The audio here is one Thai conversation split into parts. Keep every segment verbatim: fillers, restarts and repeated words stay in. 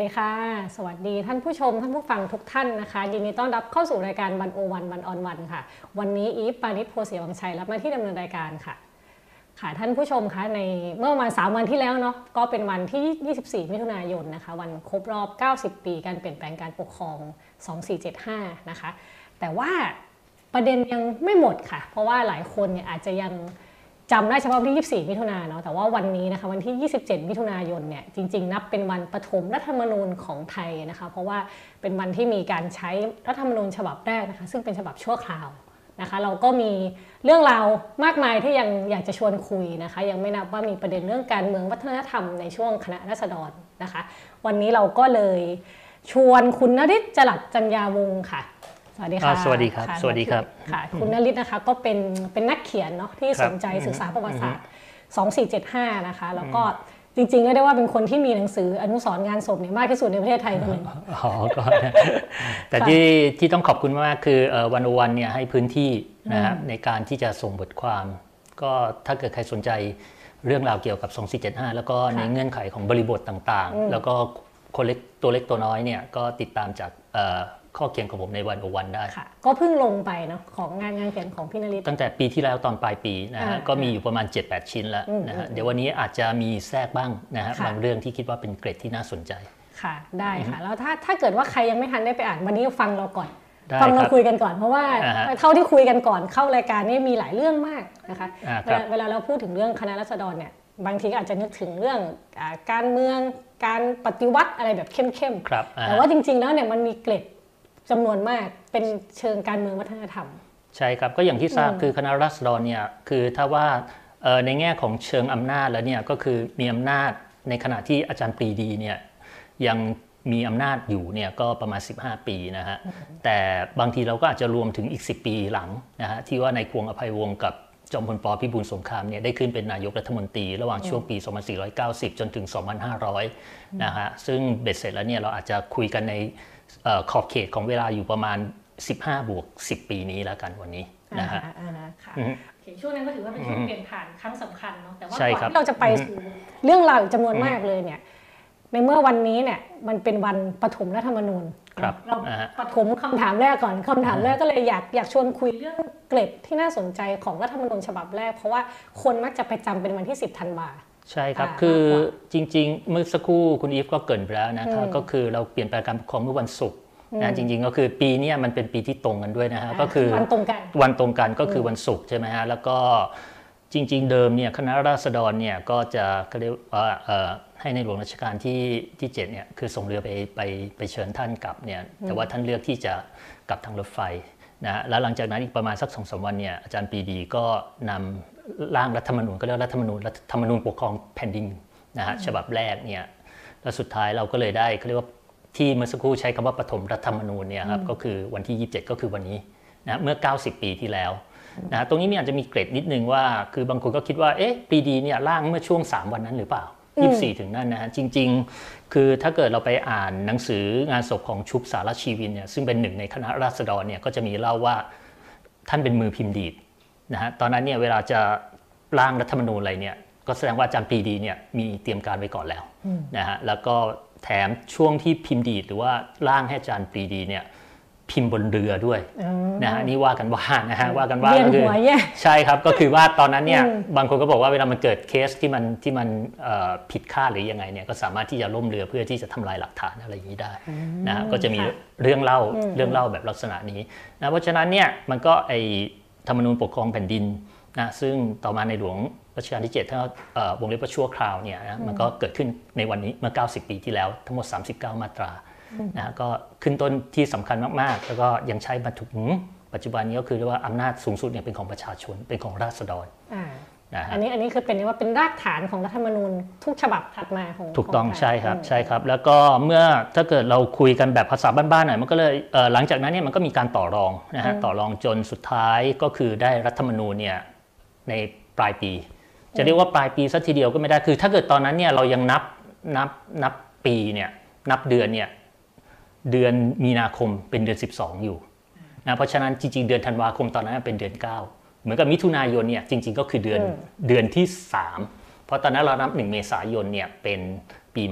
ดีค่ะสวัสดีท่านผู้ชมท่านผู้ฟังทุกท่านนะคะยินดีต้อนรับเข้าสู่รายการวันโอวันวันออนวันค่ะวันนี้อีฟปานิชโพสีวังชัยรับหน้าที่ดำเนินรายการค่ะค่ะท่านผู้ชมคะในเมื่อประมาณสามวันที่แล้วเนาะก็เป็นวันที่ยี่สิบสี่มิถุนายนนะคะวันครบรอบเก้าสิบปีการเปลี่ยนแปลงการปกครองสองสี่เจ็ดห้านะคะแต่ว่าประเด็นยังไม่หมดค่ะเพราะว่าหลายคนเนี่ยอาจจะยังจำได้เฉพาะวันที่ยี่สิบสี่มิถุนายนเนาะแต่ว่าวันนี้นะคะวันที่ยี่สิบเจ็ดมิถุนายนเนี่ยจริงๆนับเป็นวันปฐมรัฐธรรมนูญของไทยนะคะเพราะว่าเป็นวันที่มีการใช้รัฐธรรมนูญฉบับแรกนะคะซึ่งเป็นฉบับชั่วคราวนะคะเราก็มีเรื่องราวมากมายที่ยังอยากจะชวนคุยนะคะยังไม่นับว่ามีประเด็นเรื่องการเมืองวัฒนธรรมในช่วงคณะราษฎรนะคะวันนี้เราก็เลยชวนคุณนฤทธิ์จรัสจัญญาวงศ์ค่ะสวัสดีค่ะสวัสดีครับสวัสดีครับค่ะคุณนฤทธิ์นะคะก็เป็นเป็นนักเขียนเนาะที่สนใจศึกษาประวัติศาสตร์สองสี่เจ็ดห้านะคะแล้วก็จริงๆก็ได้ว่าเป็นคนที่มีหนังสืออนุสรณ์งานศพเนี่ยมากที่สุดในประเทศไทยคนหนึ่งอ๋อก็แต่ที่ที่ต้องขอบคุณมากคือวันโอวันเนี่ยให้พื้นที่นะครับในการที่จะส่งบทความก็ถ้าเกิดใครสนใจเรื่องราวเกี่ยวกับสองสี่เจ็ดห้าแล้วก็ในเงื่อนไขของบริบทต่างๆแล้วก็คนเล็กตัวเล็กตัวน้อยเนี่ยก็ติดตามจากข้อเขียนของผมในวันโอวันได้ค่ะก็เพิ่งลงไปเนาะของงานงานเขียนของพี่นฤทธิ์ตั้งแต่ปีที่แล้วตอนปลายปีนะฮะก็มีอยู่ประมาณ เจ็ดแปด ชิ้นแล้วนะฮะเดี๋ยววันนี้อาจจะมีแทรกบ้างนะฮะบางเรื่องที่คิดว่าเป็นเกร็ดที่น่าสนใจค่ะได้ค่ะแล้วถ้าถ้าเกิดว่าใครยังไม่ทันได้ไปอ่านวันนี้ฟังเราก่อนฟังเราคุยกันก่อนเพราะว่าเท่าที่คุยกันก่อนเข้ารายการนี่มีหลายเรื่องมากนะคะเวลาเราพูดถึงเรื่องคณะราษฎรเนี่ยบางทีอาจจะนึกถึงเรื่องการเมืองการปฏิวัติอะไรแบบเข้มๆแต่ว่าจริงๆแล้วเนี่ยมันมีเกร็ดจำนวนมากเป็นเชิงการเมืองวัฒนธรรมใช่ครับก็อย่างที่ทราบคือคณะราษฎรเนี่ยคือถ้าว่าในแง่ของเชิงอำนาจแล้วเนี่ยก็คือมีอำนาจในขณะที่อาจารย์ปรีดีเนี่ยยังมีอำนาจอยู่เนี่ยก็ประมาณสิบห้าปีนะฮะแต่บางทีเราก็อาจจะรวมถึงอีกสิบปีหลังนะฮะที่ว่าในควงอภัยวงศ์กับจอมพลป.พิบูลสงครามเนี่ยได้ขึ้นเป็นนายกรัฐมนตรีระหว่างช่วงปีสองพันสี่ร้อยเก้าสิบจนถึงสองพันห้าร้อยนะฮะซึ่งเบ็ดเสร็จแล้วเนี่ยเราอาจจะคุยกันในขอบเขตของเวลาอยู่ประมาณสิบห้าบวกสิบปีนี้แล้วกันวันนี้นะฮะช่วงนั้นก็ถือว่าเป็นช่วงเปลี่ยนผ่านครั้งสำคัญเนาะแต่ว่าก่อนที่เราจะไปสู่เรื่องราวจำนวนมากเลยเนี่ยในเมื่อวันนี้เนี่ยมันเป็นวันปฐมรัฐธรรมนูญเราปฐมคำถามแรกก่อนคำถามแรกก็เลยอยากอยากชวนคุยเรื่องเกร็ดที่น่าสนใจของรัฐธรรมนูญฉบับแรกเพราะว่าคนมักจะไปจำเป็นวันที่สิบธันวาใช่ครับคือจริงๆเมื่อสักครู่คุณอีฟก็เกริ่นไปแล้วนะครับก็คือเราเปลี่ยนแปลงการปกครองเมื่อวันศุกร์นะจริงๆก็คือปีนี้มันเป็นปีที่ตรงกันด้วยนะฮะก็คือวันตรงกันวันตรงกันก็คือวันศุกร์ใช่ไหมฮะแล้วก็จริงๆเดิมเนี่ยคณะราษฎรเนี่ยก็จะเขาเรียกว่าให้ในหลวงรัชกาลที่ที่เจ็ดเนี่ยคือส่งเรือไปไปไปเชิญท่านกลับเนี่ยแต่ว่าท่านเลือกที่จะกลับทางรถไฟนะแล้วหลังจากนั้นอีกประมาณสักสองสามวันเนี่ยอาจารย์ปรีดีก็นำร่างรัฐธรรมนูญก็เรียกรัฐธรรมนูญรัฐธรรมนูญปกครองแผ่นดินนะฮะฉบับแรกเนี่ยแล้วสุดท้ายเราก็เลยได้เขาเรียกว่าที่เมื่อสักครู่ใช้คำว่าปฐมรัฐธรรมนูญเนี่ยครับก็คือวันที่ยี่สิบเจ็ดก็คือวันนี้นะเมื่อเก้าสิบปีที่แล้วนะตรงนี้มีอาจจะมีเกร็ดนิดนึงว่าคือบางคนก็คิดว่าเอ๊ะปรีดีเนี่ยร่างเมื่อช่วงสามวันนั้นหรือเปล่ายี่สิบสี่ถึงนั่นนะฮะจริงๆคือถ้าเกิดเราไปอ่านหนังสืองานศพของชุบสารชีวินเนี่ยซึ่งเป็นหนึ่งในคณะราษฎรเนี่ยก็จะมีเล่าว่าท่านเป็นมือพิมพ์ดีดนะฮะตอนนั้นเนี่ยเวลาจะร่างรัฐธรรมนูญอะไรเนี่ยก็แสดงว่าอาจารย์ปรีดีเนี่ยมีเตรียมการไว้ก่อนแล้วนะฮะแล้วก็แถมช่วงที่พิมพ์ดีดหรือว่าร่างให้อาจารย์ปรีดีเนี่ยพิมพ์บนเรือด้วยนะฮะนี่ว่ากันว่านะฮะว่ากันว่าก็คือใช่ครับก็คือว่าตอนนั้นเนี่ยบางคนก็บอกว่าเวลามันเกิดเคสที่มันที่มันผิดคาดหรือยังไงเนี่ยก็สามารถที่จะล่มเรือเพื่อที่จะทำลายหลักฐานอะไรอย่างนี้ได้นะก็จะมีเรื่องเล่าเรื่องเล่าแบบลักษณะนี้นะเพราะฉะนั้นเนี่ยมันก็ไอธรรมนูญปกครองแผ่นดินนะซึ่งต่อมาในหลวงรัชกาลที่เจ็ดถ้าวงเล็บว่าชั่วคราวเนี่ยนะมันก็เกิดขึ้นในวันนี้เมื่อเก้าสิบปีที่แล้วทั้งหมดสามสิบเก้ามาตรานะก็ขึ้นต้นที่สำคัญมากๆแล้วก็ยังใช้มาถึงปัจจุบันนี้ก็คือเรียกว่าอำนาจสูงสุดเนี่ยเป็นของประชาชนเป็นของราษฎรนะอันนี้อันนี้คือเป็นว่าเป็นรากฐานของรัฐธรรมนูญทุกฉบับถัดมาของถูกต้องใช่ครับใช่ครับแล้วก็เมื่อถ้าเกิดเราคุยกันแบบภาษาบ้านๆหน่อยมันก็เลยหลังจากนั้นเนี่ยมันก็มีการต่อรองนะฮะต่อรองจนสุดท้ายก็คือได้รัฐธรรมนูญเนี่ยในปลายปีจะเรียกว่าปลายปีซะทีเดียวก็ไม่ได้คือถ้าเกิดตอนนั้นเนี่ยเรายังนับนับนับปีเนี่ยนับเดือนเนี่ยเดือนมีนาคมเป็นเดือนสิบสองอยู่นะเพราะฉะนั้นจริงๆเดือนธันวาคมตอนนั้นเป็นเดือนเก้าเหมือนกับมิถุนายนเนี่ยจริงๆก็คือเดือนเดือนที่สามเพราะตอนนั้นเรานับหนึ่งเมษายนเนี่ยเป็นปีใหม่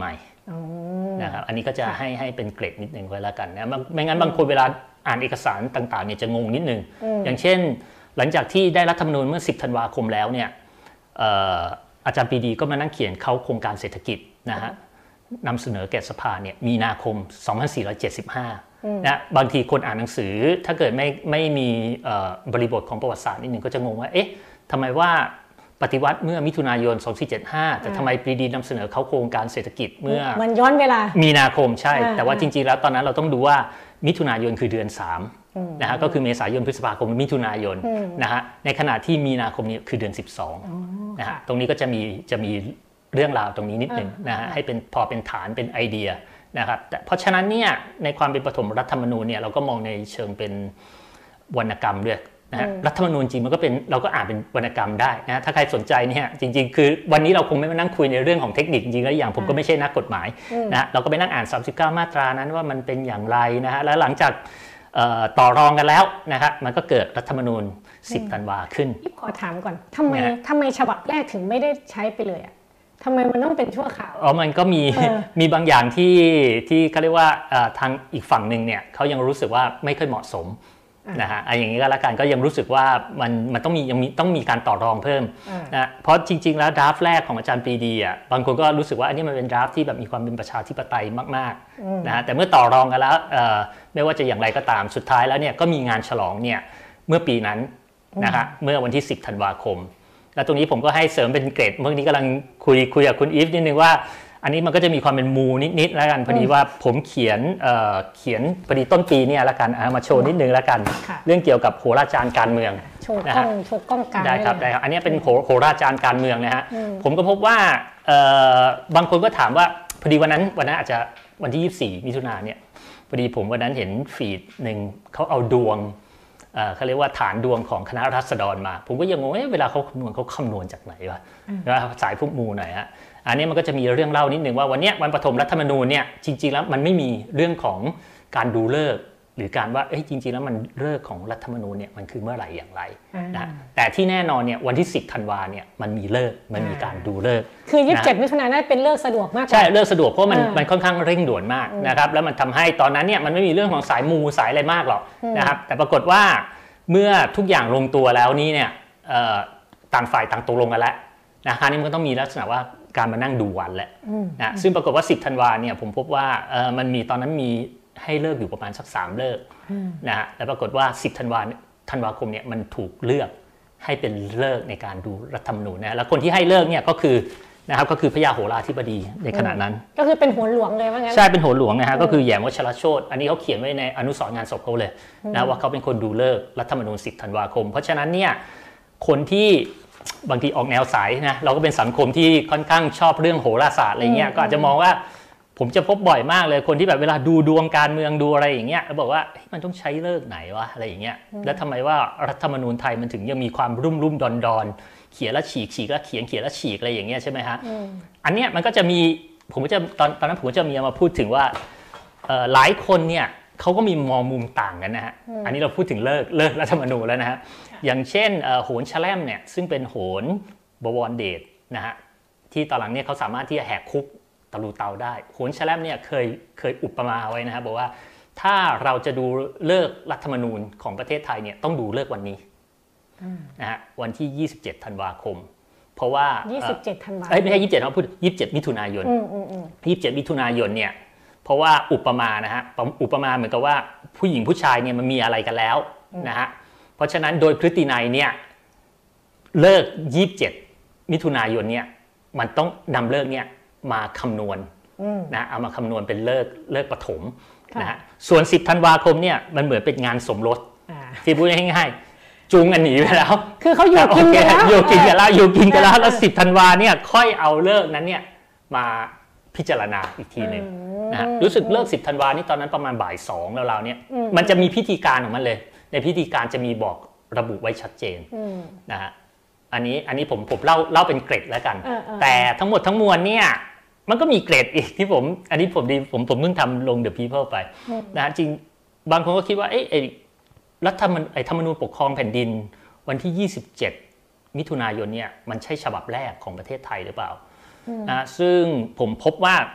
นะครับอันนี้ก็จะให้ให้เป็นเกรดนิดนึงไว้แล้วกันนะไม่งั้นบางคนเวลาอ่านเอกสารต่างๆเนี่ยจะงงนิดนึงอย่างเช่นหลังจากที่ได้รัฐธรรมนูญเมื่อสิบธันวาคมแล้วเนี่ยอาจารย์ปรีดีก็มานั่งเขียนเข้าโครงการเศรษฐกิจนะฮะนำเสนอแก่สภาเนี่ยมีนาคมสองพันสี่ร้อยเจ็ดสิบห้านะบางทีคนอ่านหนังสือถ้าเกิดไม่ไม่มีบริบทของประวัติศาสตร์นิดหนึ่งก็จะงงว่าเอ๊ะทำไมว่าปฏิวัติเมื่อมิถุนายนสองพันสี่ร้อยเจ็ดสิบห้าแต่ทำไมปรีดีนำเสนอเข้าโครงการเศรษฐกิจเมื่อมันย้อนเวลามีนาคมใช่แต่ว่าจริงๆแล้วตอนนั้นเราต้องดูว่ามิถุนายนคือเดือนสามนะฮะก็คือเมษายนพฤษภาคมมิถุนายนนะฮะในขณะที่มีนาคมนี้คือเดือนสิบสองนะฮะตรงนี้ก็จะมีจะมีเรื่องราวตรงนี้นิดหนึ่งนะฮะให้เป็นพอเป็นฐานเป็นไอเดียนะครับเพราะฉะนั้นเนี่ยในความเป็นปฐมรัฐธรรมนูญเนี่ยเราก็มองในเชิงเป็นวรรณกรรมด้วยนะรัฐธรรมนูญจริงมันก็เป็นเราก็อ่านเป็นวรรณกรรมได้นะถ้าใครสนใจเนี่ยจริงๆคือวันนี้เราคงไม่มานั่งคุยในเรื่องของเทคนิคจริงๆแล้วอย่างผมก็ไม่ใช่นักกฎหมายนะเราก็ไปนั่งอ่านสามสิบเก้ามาตรานั้นว่ามันเป็นอย่างไรนะฮะแล้วหลังจากต่อรองกันแล้วนะครับมันก็เกิดรัฐธรรมนูญสิบธันวาขึ้นขอถามก่อนทำไมทำไมฉบับแรกถึงไม่ได้ใช้ไปเลยอ่ะทำไมมันต้องเป็นชั่วคราวอ๋อมันก็มีมีบางอย่างที่ที่เขาเรียกว่าทางอีกฝั่งหนึ่งเนี่ยเขายังรู้สึกว่าไม่ค่อยเหมาะสมนะฮะอย่างนี้ก็แล้วกันก็ยังรู้สึกว่ามันมันต้องมียังมีต้องมีการต่อรองเพิ่มนะเพราะจริงๆแล้วดราฟต์แรกของอาจารย์ปรีดีอ่ะบางคนก็รู้สึกว่าอันนี้มันเป็นดราฟต์ที่แบบมีความเป็นประชาธิปไตยมากๆนะฮะแต่เมื่อต่อรองกันแล้วไม่ว่าจะอย่างไรก็ตามสุดท้ายแล้วเนี่ยก็มีงานฉลองเนี่ยเมื่อปีนั้นนะฮะเมื่อวันที่สิบธันวาคมแล้วตรงนี้ผมก็ให้เสริมเป็นเกรดเมื่อกี้กำลังคุยคุยกับคุณอีฟนิดนึงว่าอันนี้มันก็จะมีความเป็นมูนิดๆแล้วกันพอดีว่าผมเขียน เ, เขียนพอดีต้นปีเนี่ยแล้วกันมาโชว์นิดนึงแล้วกันเรื่องเกี่ยวกับโหราจารย์การเมืองโชว์กล้องโชว์กล้องกลางได้ครับได้ครับอันนี้เป็นโหราจารย์การเมืองนะฮะผมก็พบว่าบางคนก็ถามว่าพอดีวันนั้นวันนั้นอาจจะวันที่ยี่สิบสี่มิถุนายนเนี่ยพอดีผมวันนั้นเห็นฟีดหนึ่งเขาเอาดวงเขาเรียกว่าฐานดวงของคณะราษฎรมาผมก็ยังงงเวลาเขาคำนวณเขาคำนวณจากไหนวะสายพวกมูหน่อยฮะอันนี้มันก็จะมีเรื่องเล่านิดนึงว่าวันนี้วันปฐมรัฐธรรมนูญเนี่ยจริงๆแล้วมันไม่มีเรื่องของการดูฤกษ์หรือการว่าเอ้ยจริงๆแล้วมันฤกษ์ของรัฐธรรมนูญเนี่ยมันคือเมื่อไหร่อย่างไรนะแต่ที่แน่นอนเนี่ยวันที่สิบธันวาเนี่ยมันมีฤกษ์มันมีการดูฤกษ์คือยี่สิบเจ็ดมิถุนายนเป็นฤกษ์สะดวกมากใช่ฤกษ์สะดวกเพราะมันมันค่อนข้างเร่งด่วนมากนะครับแล้วมันทำให้ตอนนั้นเนี่ยมันไม่มีเรื่องของสายมูสายอะไรมากหรอกนะครับแต่ปรากฏว่าเมื่อทุกอย่างลงตัวแล้วนี้เนี่ยต่างฝ่ายต่างตกลงกันแล้วนะคราวนี้มันก็ต้องมีลักษณะว่าการมานั่งดูวันแหละนะซึ่งปรากฏว่าสิบธันวาเนี่ยผมพบว่ามันมีตอนนั้นมีให้เลิกอยู่ประมาณสักสามเลิกนะฮะแล้วปรากฏว่าสิบธันวาธันวาคมเนี่ยมันถูกเลือกให้เป็นเลิกในการดูรัฐธรรมนูญนะแล้วคนที่ให้เลิกเนี่ยก็คือนะครับก็คือพระยาโหราธิบดีในขณะนั้นก็คือเป็นหัวหลวงเลยว่างั้นใช่เป็นหัวหลวงนะฮะก็คือแหยมวัชรโชติอันนี้เขาเขียนไว้ในอนุสรณ์งานศพเขาเลยนะว่าเขาเป็นคนดูเลิกรัฐธรรมนูญสิบธันวาคมเพราะฉะนั้นเนี่ยคนที่บางทีออกแนวสายนะเราก็เป็นสังคมที่ค่อนข้างชอบเรื่องโหราศาสตร์อะไรเงี้ยก็อาจจะมองว่าผมจะพบบ่อยมากเลยคนที่แบบเวลาดูดวงการเมืองดูอะไรอย่างเงี้ยแล้วบอกว่ามันต้องใช้เลิกไหนวะอะไรอย่างเงี้ยแล้วทำไมว่ารัฐธรรมนูญไทยมันถึงยังมีความรุ่มรุ่มดอนดอนเขียนแล้วฉีกฉีกแล้วเขียนเขียนแล้วฉีกอะไรอย่างเงี้ยใช่ไหมฮะอันเนี้ยมันก็จะมีผมก็จะตอนตอนนั้นผมก็จะมีมาพูดถึงว่าหลายคนเนี่ยเขาก็มีมองมุมต่างกันนะฮะอันนี้เราพูดถึงเลิกเลิกรัฐธรรมนูญแล้วนะฮะอย่างเช่นโหนแชล่มเนี่ยซึ่งเป็นโหนบวรเดชนะฮะที่ตอนหลังเนี่ยเขาสามารถที่จะแหกคุกตะลุเตาได้โหนแชล่มเนี่ยเคยเคยอุปมาไว้นะฮะบอกว่าถ้าเราจะดูเลิกรัฐธรรมนูญของประเทศไทยเนี่ยต้องดูเลิกวันนี้นะฮะวันที่ยี่สิบเจ็ดธันวาคมเพราะว่ายี่สิบเจ็ดธันวาคมไม่ใช่ยี่สิบเจ็ดเราพูดยี่สิบเจ็ดมิถุนายนยี่สิบเจ็ดมิถุนายนเนี่ยเพราะว่าอุปมานะฮะอุปมาเหมือนกับว่าผู้หญิงผู้ชายเนี่ยมันมีอะไรกันแล้วนะฮะเพราะฉะนั้นโดยพฤตินัยเนี่ยเลิกยี่สิบเจ็ดมิถุนายนเนี่ยมันต้องนำเลิกเนี่ยมาคำนวณนะเอามาคำนวณเป็นเลิกเลิกปฐมนะฮะส่วนสิบธันวาคมเนี่ยมันเหมือนเป็นงานสมรสที่พูดง่ายๆจูงกันหนีไปแล้วคือเขาอยู่กินกันแล้วอยู่กินกันแล้วอยู่กินกันแล้วแล้วสิบธันวาเนี่ยค่อยเอาเลิกนั้นเนี่ยมาพิจารณาอีกทีหนึ่งนะรู้สึกเลิกสิบธันวานี่ตอนนั้นประมาณบ่ายสองแล้วเราเนี่ยมันจะมีพิธีการของมันเลยในพิธีการจะมีบอกระบุไว้ชัดเจนนะฮะอันนี้อันนี้ผมผมเล่าเล่าเป็นเกร็ดแล้วกันแต่ทั้งหมดทั้งมวลเนี่ยมันก็มีเกร็ดอีกที่ผมอันนี้ผมดีผมผมเพิ่งทำลง The People ไปนะฮะจริงบางคนก็คิดว่าเอ๊ะไอ้รัฐธรรมนูญไอ้ธรรมนูญปกครองแผ่นดินวันที่ยี่สิบเจ็ดมิถุนายนเนี่ยมันใช่ฉบับแรกของประเทศไทยหรือเปล่านะซึ่งผมพบว่า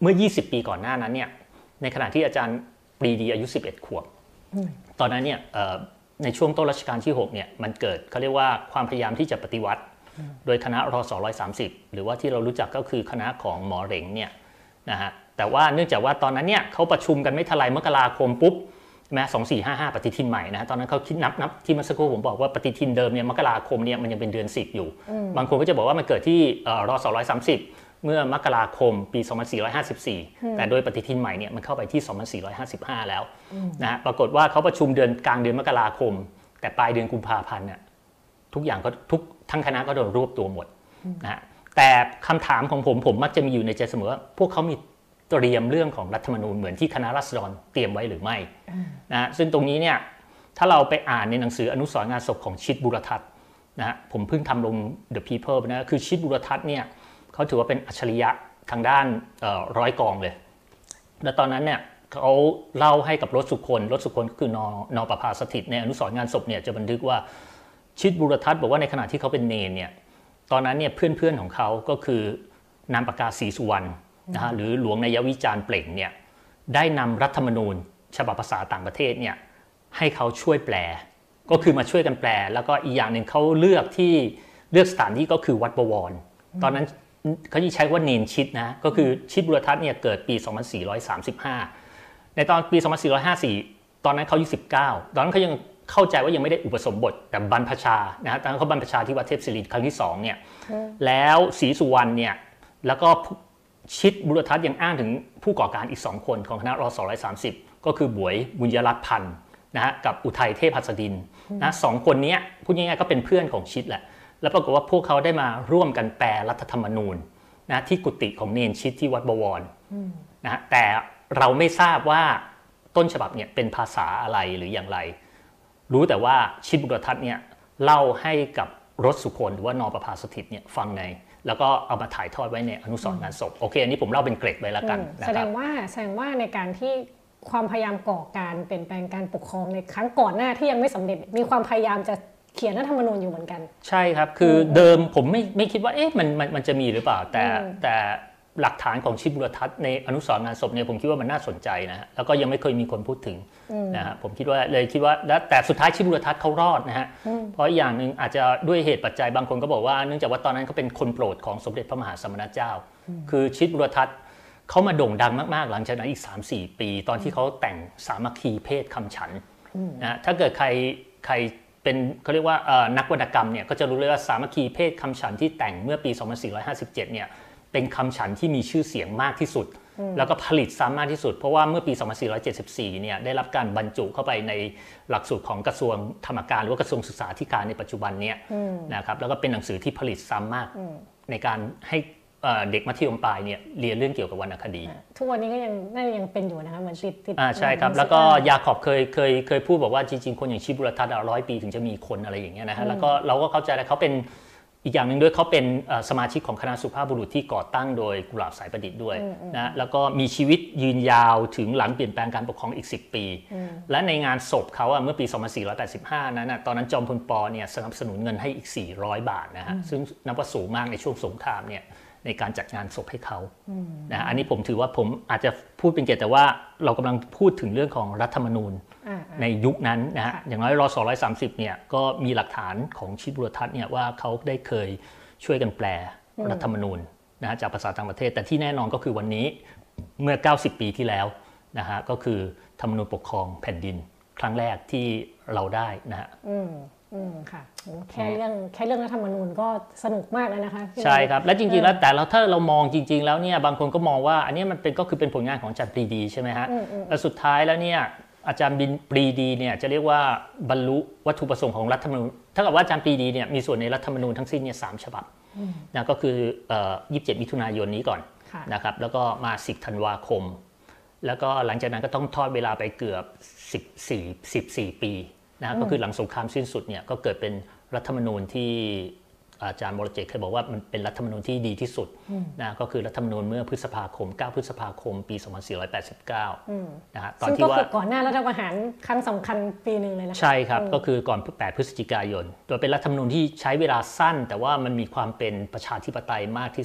เมื่อยี่สิบปีก่อนหน้านั้นเนี่ยในขณะที่อาจารย์ปรีดีอายุสิบเอ็ดขวบตอนนั้นเนี่ยในช่วงต้นรัชกาลที่หกเนี่ยมันเกิดเขาเรียกว่าความพยายามที่จะปฏิวัติโดยคณะรศหนึ่งร้อยสามสิบหรือว่าที่เรารู้จักก็คือคณะของหมอเหร่งเนี่ยนะฮะแต่ว่าเนื่องจากว่าตอนนั้นเนี่ยเขาประชุมกันไม่ทลายมกราคมปุ๊บใช่ไหมสองสี่ห้าห้าปฏิทินใหม่นะตอนนั้นเขาคิดนับนับที่เมื่อสักครู่ผมบอกว่าปฏิทินเดิมเนี่ยมกราคมเนี่ยมันยังเป็นเดือนสิบอยู่บางคนก็จะบอกว่ามันเกิดที่รศหนึ่งร้อยสามสิบเมื่อมกราคมปีสองพันสี่ร้อยห้าสิบสี่แต่โดยปฏิทินใหม่เนี่ยมันเข้าไปที่สองพันสี่ร้อยห้าสิบห้าแล้วนะฮะปรากฏว่าเขาประชุมเดือนกลางเดือนมกราคมแต่ปลายเดือนกุมภาพันธ์เนี่ยทุกอย่างก็ทุกทั้งคณะก็โดนรวบตัวหมดนะฮะแต่คำถามของผมผมมักจะมีอยู่ในใจเสมอว่าพวกเขามีเตรียมเรื่องของรัฐธรรมนูญเหมือนที่คณะราษฎรเตรียมไว้หรือไม่นะซึ่งตรงนี้เนี่ยถ้าเราไปอ่านในหนังสืออนุสรณ์งานศพของชิดบุรทัศน์นะฮะผมเพิ่งทำลง The People นะคือชิดบุรทัศน์เนี่ยเขาถือว่าเป็นอัจฉริยะทางด้านร้อยกองเลยและตอนนั้นเนี่ยเขาเล่าให้กับรถสุคนรถสุคนก็คือนนประภาสถิตในอนุสรณ์งานศพเนี่ยจะบันทึกว่าชิดบุรทัศน์บอกว่าในขณะที่เขาเป็นเนรเนี่ยตอนนั้นเนี่ยเพื่อนๆของเขาก็คือนามปากกาศรีสุวรรณนะฮะหรือหลวงนายวิจารณ์เปล่งเนี่ยได้นำรัฐธรรมนูญฉบับภาษาต่างประเทศเนี่ยให้เขาช่วยแปลก็คือมาช่วยกันแปลแล้วก็อีกอย่างหนึ่งเขาเลือกที่เลือกสถานที่ก็คือวัดบวรตอนนั้นเขาใช้ว่าเนนชิดนะก็คือชิดบุรทัศน์เนี่ยเกิดปีสองพันสี่ร้อยสามสิบห้าในตอนปีสองพันสี่ร้อยห้าสิบสี่ตอนนั้นเขาอายุสิบเก้าตอนนั้นเขายังเข้าใจว่ายังไม่ได้อุปสมบทแต่บรรพชานะฮะตอนนั้นเขาบรรพชาที่วัดเทพศิรินทร์ครั้งที่สองเนี่ยแล้วศรีสุวรรณเนี่ยแล้วก็ชิดบุรทัศน์ยังอ้างถึงผู้ก่อการอีกสองคนของคณะรศหนึ่งร้อยสามสิบก็คือบวยบุญยรัตน์พันธ์นะฮะกับอุทัยเทพหัสดินนะสองคนนี้พูดง่ายๆก็เป็นเพื่อนของชิดแหละแล้วปรากฏว่าพวกเขาได้มาร่วมกันแปลรัฐธรรมนูญนะที่กุฏิของเนนชิดที่วัดบวรนะแต่เราไม่ทราบว่าต้นฉบับเนี่ยเป็นภาษาอะไรหรืออย่างไรรู้แต่ว่าชิดบุรทัศน์เนี่ยเล่าให้กับรถสุคนหรือว่านประภาสถิตเนี่ยฟังในแล้วก็เอามาถ่ายทอดไว้ในอนุสรณ์งานศพโอเคอันนี้ผมเล่าเป็นเกร็ดไว้แล้วกันนะครับแสดงว่าแสดงว่าในการที่ความพยายามก่อการเปลี่ยนแปลงการปกครองในครั้งก่อนหน้าที่ยังไม่สำเร็จมีความพยายามจะเขียนรัฐธรรมนูญอยู่เหมือนกันใช่ครับคือเดิมผมไม่ไม่คิดว่าเอ๊ะมันมันมันจะมีหรือเปล่าแต่แต่หลักฐานของชิดบุรทัศน์ในอนุสรณ์งานศพเนี่ยผมคิดว่ามันน่าสนใจนะฮะแล้วก็ยังไม่เคยมีคนพูดถึงนะฮะผมคิดว่าเลยคิดว่าแต่สุดท้ายชิดบุรทัศน์เขารอดนะฮะเพราะอย่างหนึ่งอาจจะด้วยเหตุปัจจัยบางคนก็บอกว่าเนื่องจากว่าตอนนั้นเขาเป็นคนโปรดของสมเด็จพระมหาสมณเจ้าคือชิดบุรทัศน์เขามาโด่งดังมากๆหลังจากนั้นอีก สามสี่ ปีตอนที่เขาแต่งสามัคคีเพศคำฉันนะถ้าเกิดใครใครเป็นเขาเรียกว่านักวรรณกรรมเนี่ยก็จะรู้เลยว่าสามัคคีเพศคำฉันที่แต่งเมื่อปีสองพันสี่ร้อยห้าสิบเจ็ดเนี่ยเป็นคำฉันที่มีชื่อเสียงมากที่สุดแล้วก็ผลิตซ้ำมากที่สุดเพราะว่าเมื่อปีสองพันสี่ร้อยเจ็ดสิบสี่เนี่ยได้รับการบรรจุเข้าไปในหลักสูตรของกระทรวงธรรมการหรือว่ากระทรวงศึกษาธิการในปัจจุบันนี้นะครับแล้วก็เป็นหนังสือที่ผลิตซ้ำมากในการให้เด็กมัธยมปลายเนี่ยเรียนเรื่องเกี่ยวกับวรรณคดีทุกวันนี้ก็ยังน่าจะยังเป็นอยู่นะคะเหมือนติดติดอ่าใช่ครับแล้วก็ยาขอบเคยเคยเคยพูดบอกว่าจริงๆคนอย่างชิดบุรทัศน์ร้อยปีถึงจะมีคนอะไรอย่างเงี้ยนะฮะแล้วก็เราก็เข้าใจแล้วเขาเป็นอีกอย่างหนึ่งด้วยเขาเป็นสมาชิกของคณะสุภาพบุรุษที่ก่อตั้งโดยกุหลาบสายประดิษฐ์ด้วยนะแล้วก็มีชีวิตยืนยาวถึงหลังเปลี่ยนแปลงการปกครองอีกสิบปีและในงานศพเขาเมื่อปีสองพันสี่ร้อยแปดสิบห้านั้นตอนนั้นจอมพลป.เนี่ยสนับสนุนเงินให้อีกสี่ร้อยบาทนะฮะซึ่งนับว่าสูงมากในช่วงสงครามเนี่ยในการจัดงานศพให้เขานะอันนี้ผมถือว่าผมอาจจะพูดเป็นเกียรติแต่ว่าเรากำลังพูดถึงเรื่องของรัฐธรรมนูญในยุคนั้นนะฮะอย่างน้อยรศหนึ่งร้อยสามสิบเนี่ยก็มีหลักฐานของชิดบุรทัศน์เนี่ยว่าเขาได้เคยช่วยกันแปลรัฐธรรมนูญนะฮะจากภาษาต่างประเทศแต่ที่แน่นอนก็คือวันนี้เมื่อเก้าสิบปีที่แล้วนะฮะก็คือธรรมนูญปกครองแผ่นดินครั้งแรกที่เราได้นะฮะอืมอืมค่ะแค่เรื่องแค่เรื่องรัฐธรรมนูญก็สนุกมากแล้วนะคะใช่ครับและจริงๆแล้วแต่เราถ้าเรามองจริงๆแล้วเนี่ยบางคนก็มองว่าอันนี้มันเป็นก็คือเป็นผลงานของอาจารย์ปรีดีใช่ไหมฮะแล้วสุดท้ายแล้วเนี่ยอาจารย์บินปรีดีเนี่ยจะเรียกว่าบรรลุวัตถุประสงค์ของรัฐธรรมนูญถ้าเกิดว่าอาจารย์ปรีดีเนี่ยมีส่วนในรัฐธรรมนูญทั้งสิ้นเนี่ยสามฉบับนะก็คือยี่สิบเจ็ดมิถุนายนนี้ก่อนนะครับแล้วก็มาสิบธันวาคมแล้วก็หลังจากนั้นก็ต้องทอดเวลาไปเกือบสิบสี่ สิบสี่ปีนะก็คือหลังสงครามสิ้นสุดเนี่ยก็เกิดเป็นรัฐธรรมนูญที่อาจารย์บรเจตเคยบอกว่ามันเป็นรัฐธรรมนูญที่ดีที่สุดนะก็คือรัฐธรรมนูญเมื่อพฤษภาคมเก้าพฤษภาคมปีสองพันสี่ร้อยแปดสิบเก้านะฮะตอนที่ว่าก่อนหน้ารัฐประหารครั้งสำคัญปีนึงเลยนะใช่ครับก็คือก่อนแปดพฤศจิกายนโดยเป็นรัฐธรรมนูญที่ใช้เวลาสั้นแต่ว่ามันมีความเป็นประชาธิปไตยมากที่สุด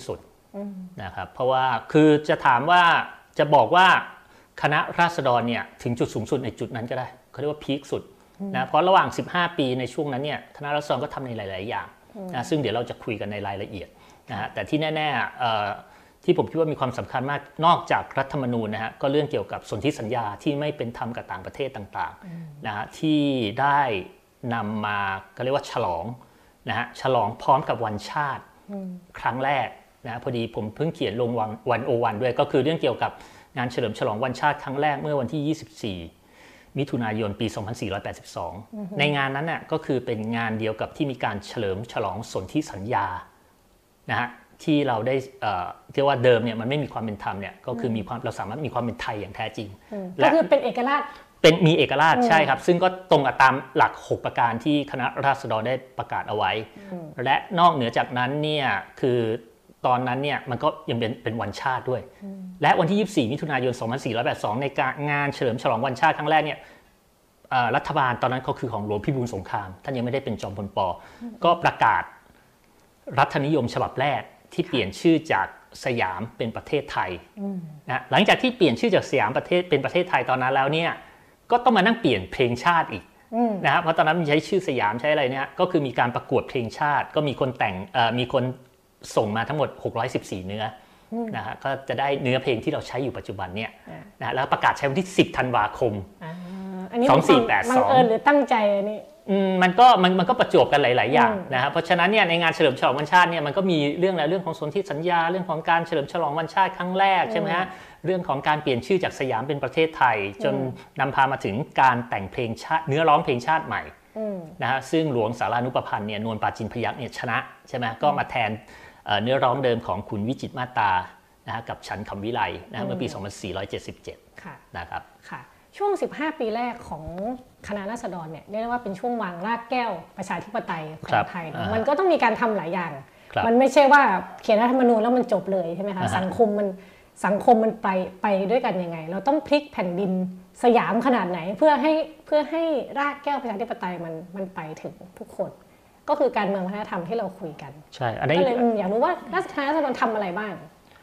นะครับเพราะว่าคือจะถามว่าจะบอกว่าคณะราษฎรเนี่ยถึงจุดสูงสุดในจุดนั้นก็ได้เขาเรียกว่าพีคสุดนะเพราะระหว่างสิบห้าปีในช่วงนั้นเนี่ยคณะราษฎรก็ทำในหลายๆอย่างนะซึ่งเดี๋ยวเราจะคุยกันในรายละเอียดนะฮะแต่ที่แน่ๆที่ผมคิดว่ามีความสำคัญมากนอกจากรัฐธรรมนูญนะฮะก็เรื่องเกี่ยวกับสนธิสัญญาที่ไม่เป็นธรรมกับต่างประเทศต่างๆนะฮะที่ได้นำมาก็เรียกว่าฉลองนะฮะฉลองพร้อมกับวันชาติครั้งแรกนะพอดีผมเพิ่งเขียนลงวันโอวันด้วยก็คือเรื่องเกี่ยวกับงานเฉลิมฉลองวันชาติครั้งแรกเมื่อวันที่ยี่สิบสี่มิถุนายนปีสองพันสี่ร้อยแปดสิบสองในงานนั้นน่ะก็คือเป็นงานเดียวกับที่มีการเฉลิมฉลองสนธิสัญญานะฮะที่เราได้เรียกว่าเดิมเนี่ยมันไม่มีความเป็นธรรมเนี่ยก็คือมีความเราสามารถมีความเป็นไทยอย่างแท้จริงก็คือเป็นเอกราชเป็นมีเอกราชใช่ครับซึ่งก็ตรงกับตามหลักหกประการที่คณะราษฎรได้ประกาศเอาไว้และนอกเหนือจากนั้นเนี่ยคือตอนนั้นเนี่ยมันก็ยังเป็นเป็นวันชาติด้วยและวันที่ยี่สิบสี่มิถุนายนสองพันสี่ร้อยแปดสิบสองในการงานเฉลิมฉลองวันชาติครั้งแรกเนี่ยรัฐบาลตอนนั้นก็คือของหลวงพิบูลสงครามท่านยังไม่ได้เป็นจอมพลป.ก็ประกาศรัฐนิยมฉบับแรกที่เปลี่ยนชื่อจากสยามเป็นประเทศไทยนะหลังจากที่เปลี่ยนชื่อจากสยามประเทศเป็นประเทศไทยตอนนั้นแล้วเนี่ยก็ต้องมานั่งเปลี่ยนเพลงชาติอีกนะครับเพราะตอนนั้นมันใช้ชื่อสยามใช้อะไรเนี่ยก็คือมีการประกวดเพลงชาติก็มีคนแต่งมีคนส่งมาทั้งหมดหกร้อยสิบสี่เนื้อนะฮะก็จะได้เนื้อเพลงที่เราใช้อยู่ปัจจุบันเนี่ยนะแล้วประกาศใช้วันที่สิบธันวาคมสองพันสี่ร้อยแปดสิบสองบังเอิญหรือตั้งใจอันนี้มันก็มันมันก็ประจวบกันหลายๆอย่างนะครับเพราะฉะนั้นเนี่ยในงานเฉลิมฉลองวันชาติเนี่ยมันก็มีเรื่องอะไรเรื่องของสนธิสัญญาเรื่องของการเฉลิมฉลองวันชาติครั้งแรกใช่ไหมฮะเรื่องของการเปลี่ยนชื่อจากสยามเป็นประเทศไทยจนนำพามาถึงการแต่งเพลงชาติเนื้อร้องเพลงชาติใหม่นะฮะซึ่งหลวงสารานุปพันธ์เนี่ยนวลปราจินพยัคฆ์เนี่ยชนะใช่ไหมก็มาแทนเนื้อร้องเดิมของคุณวิจิตรมาตรานะฮะกับฉันคำวิไลนะเมื่อปีสองพันสี่ร้อยเจ็ดสิบเจ็ดนะครับค่ะช่วงสิบห้าปีแรกของคณะราษฎรเนี่ยเรียกได้ว่าเป็นช่วงวางรากแก้วประชาธิปไตยของไทยมันก็ต้องมีการทำหลายอย่างมันไม่ใช่ว่าเขียนรัฐธรรมนูญแล้วมันจบเลยใช่ไหมคะสังคมมันสังคมมันไปไปด้วยกันยังไงเราต้องพลิกแผ่นดินสยามขนาดไหนเพื่อให้เพื่อให้รากแก้วประชาธิปไตยมันมันไปถึงทุกคนก็คือการเมืองวัฒนธรรมที่เราคุยกันใช่อันนี้ก็เลยอยากรู้ว่าคณะราษฎรทำอะไรบ้าง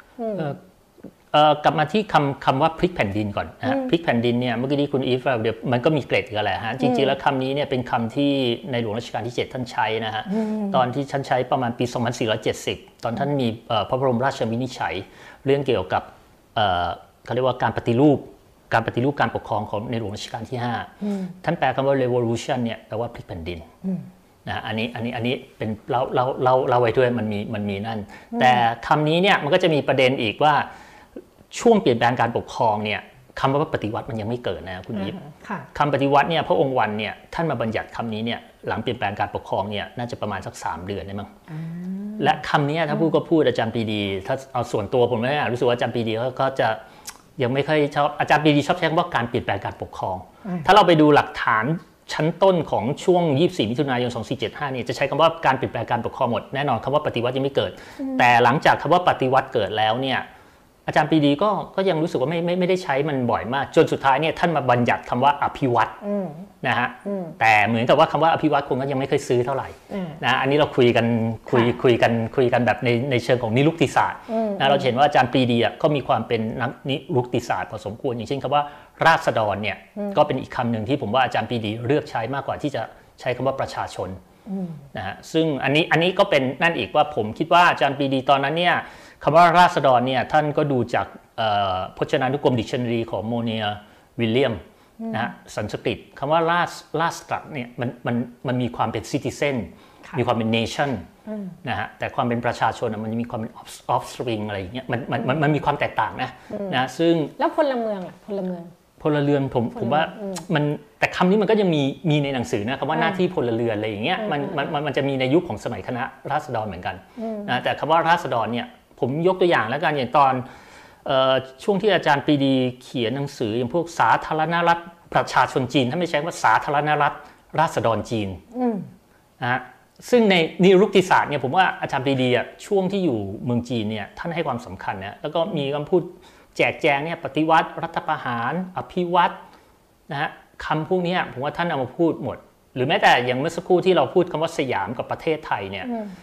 กลับมาที่คำคำว่าพลิกแผ่นดินก่อนนะพลิกแผ่นดินเนี่ยเมื่อกี้ที่คุณอีฟเดี๋ยวมันก็มีเกร็ดกันแหละฮะจริงๆแล้วคำนี้เนี่ยเป็นคำที่ในหลวงรัชกาลที่เจ็ดท่านใช้นะฮะตอนที่ท่านใช้ประมาณปีสองพันสี่ร้อยเจ็ดสิบตอนท่านมีพระบรมราชวินิจฉัยเรื่องเกี่ยวกับเขาเรียกว่าการปฏิรูปการปฏิรูปการปกครองของในหลวงรัชกาลที่ห้าท่านแปลคำว่า revolution เนี่ยแปลว่าพลิกแผ่นดินนะอันนี้อันนี้อันนี้เป็นเราเราเราเราไว้ด้วยมันมีมันมีนั่นแต่คำนี้เนี่ยมันก็จะมีประเด็นอีกว่าช่วงเปลี่ยนแปลงการปกครองเนี่ยคำว่าปฏิวัติมันยังไม่เกิดนะคุณยิปคำปฏิวัติเนี่ยพระองค์วันเนี่ยท่านมาบัญญัติคำนี้เนี่ยหลังเปลี่ยนแปลงการปกครองเนี่ยน่าจะประมาณสักสามเดือนได้มั้งและคำนี้ถ้าพูดก็พูดอาจารย์ปรีดีถ้าเอาส่วนตัวผมไม่รู้สึกว่าอาจารย์ปรีดีก็จะยังไม่ค่อยชอบอาจารย์ปรีดีชอบใช้คำว่าการเปลี่ยนแปลงการปกครองถ้าเราไปดูหลักฐานชั้นต้นของช่วงยี่สิบสี่มิถุนายนสองพันสี่ร้อยเจ็ดสิบห้าเนี่ยจะใช้คำว่าการเปลี่ยนแปลงการปกครองหมดแน่นอนคำว่าปฏิวัติยังไม่เกิดแต่หลังจากคำว่าปฏิวัติเกิดแล้วเนี่ยอาจารย์ปรีดีก็ก็ยังรู้สึกว่าไม่ไม่ไม่ได้ใช้มันบ่อยมากจนสุดท้ายเนี่ยท่านมาบัญญัติคำว่าอภิวัตนะฮะแต่เหมือนกับว่าคำว่าอภิวัตคงก็ยังไม่เคยซื้อเท่าไหร่นะอันนี้เราคุยกันคุยคุยกันคุยกันแบบในในเชิงของนิรุกติศาสตร์นะเราเห็นว่าอาจารย์ปรีดีก็มีความเป็นนักนิรุกติศาสตร์พอสมควรอย่างเช่นคำว่าราษฎรเนี่ยก็เป็นอีกคำหนึ่งที่ผมว่าอาจารย์ปรีดีเลือกใช้มากกว่าที่จะใช้คำว่าประชาชนนะฮะซึ่งอันนี้อันนี้ก็เป็นนั่นอีกว่าผมคิดว่าอาจารย์ปรีดีตอนนั้นเนี่ยคำว่าราษฎรเนี่ยท่านก็ดูจากพจนานุกรมดิกชันนารีของโมเนียวิลเลียมนะฮะสันสกฤตคำว่าราสราสตรัเนี่ยมันมันมันมีความเป็นซิติเซนมีความเป็นเนชั่นนะฮะแต่ความเป็นประชาชนมันมีความเป็นออฟสตริงอะไรอย่างเงี้ยมันมันมันมีความแตกต่างนะนะซึ่งแล้วพลเมืองล่ะพลเมืองพลเรือนผมผมว่ามันแต่คำนี้มันก็ยังมีมีในหนังสือนะคำว่าหน้าที่พลเรือนอะไรอย่างเงี้ยมันมันมันจะมีในยุคของสมัยคณะราษฎรเหมือนกันนะแต่คำว่าราษฎรเนี่ยผมยกตัวอย่างแล้วกันอย่างตอนช่วงที่อาจารย์ปรีดีเขียนหนังสืออย่างพวกสาธารณรัฐประชาชนจีนท่านไม่ใช้ว่าสาธารณรัฐราษฎรจีนนะฮะซึ่งในนิรุกติศาสตร์เนี่ยผมว่าอาจารย์ปรีดีอ่ะช่วงที่อยู่เมืองจีนเนี่ยท่านให้ความสำคัญนะแล้วก็มีคำพูดแจกแจงเนี่ยปฏิวัติรัฐประหารอภิวัตนะฮะคำพวกนี้ผมว่าท่านเอามาพูดหมดหรือแม้แต่อย่างเมื่อสักครู่ที่เราพูดคำว่าสยามกับประเทศไทยเนี่ยจ